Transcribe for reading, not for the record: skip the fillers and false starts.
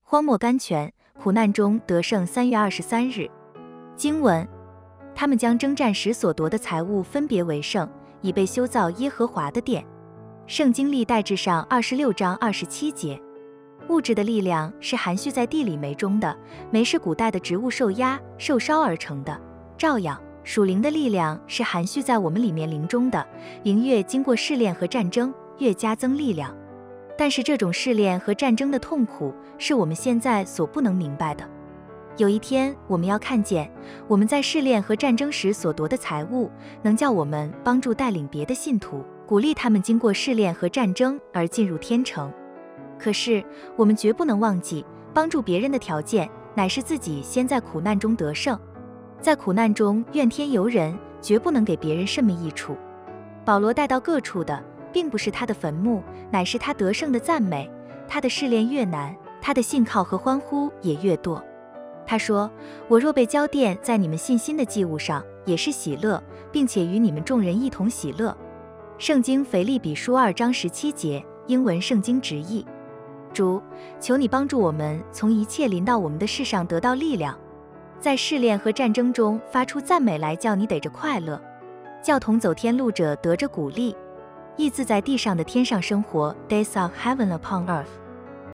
荒漠甘泉，苦难中得胜。3月23日，经文：他们将征战时所夺的财物分别为圣，以被修造耶和华的殿。圣经历代志上26章27节。物质的力量是含蓄在地里煤中的，煤是古代的植物受压、受烧而成的。照样，属灵的力量是含蓄在我们里面灵中的，灵越经过试炼和战争，越加增力量。但是这种试炼和战争的痛苦是我们现在所不能明白的。有一天，我们要看见我们在试炼和战争时所夺的财物，能叫我们帮助带领别的信徒，鼓励他们经过试炼和战争而进入天城。可是，我们绝不能忘记，帮助别人的条件乃是自己先在苦难中得胜。在苦难中怨天尤人，绝不能给别人什么益处。保罗带到各处的，并不是他的坟墓，乃是他得胜的赞美。他的试炼越难，他的信靠和欢呼也越多。他说：我若被交奠在你们信心的祭物上，也是喜乐，并且与你们众人一同喜乐。圣经腓立比书2章17节，英文圣经直译：主，求你帮助我们从一切临到我们的事上得到力量，在试炼和战争中发出赞美来，叫你得着快乐，叫同走天路者得着鼓励。意字在地上的天上生活 Days of Heaven upon Earth。